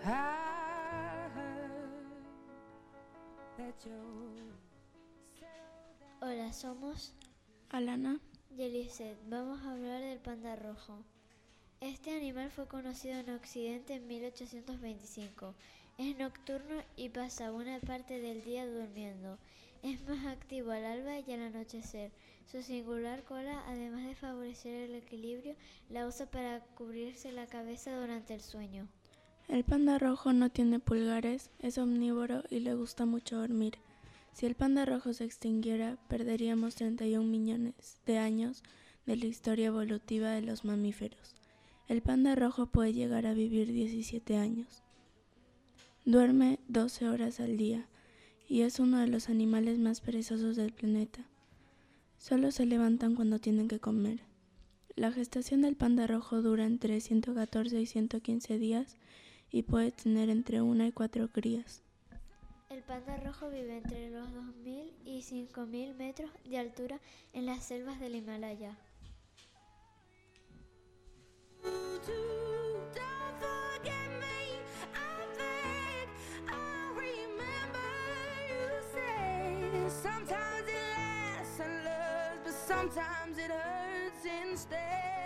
I heard that you Hola, somos Alana. y Eliseth. Vamos a hablar del panda rojo. Este animal fue conocido en Occidente en 1825. Es nocturno y pasa una parte del día durmiendo. Es más activo al alba y al anochecer. Su singular cola, además de favorecer el equilibrio, la usa para cubrirse la cabeza durante el sueño. El panda rojo no tiene pulgares, es omnívoro y le gusta mucho dormir. Si el panda rojo se extinguiera, perderíamos 31 millones de años de la historia evolutiva de los mamíferos. El panda rojo puede llegar a vivir 17 años. Duerme 12 horas al día y es uno de los animales más perezosos del planeta. Solo se levantan cuando tienen que comer. La gestación del panda rojo dura entre 114 y 115 días y puede tener entre 1 y 4 crías. El panda rojo vive entre los 2.000 y 5.000 metros de altura en las selvas del Himalaya. Sometimes it lasts and loves, but sometimes it hurts instead.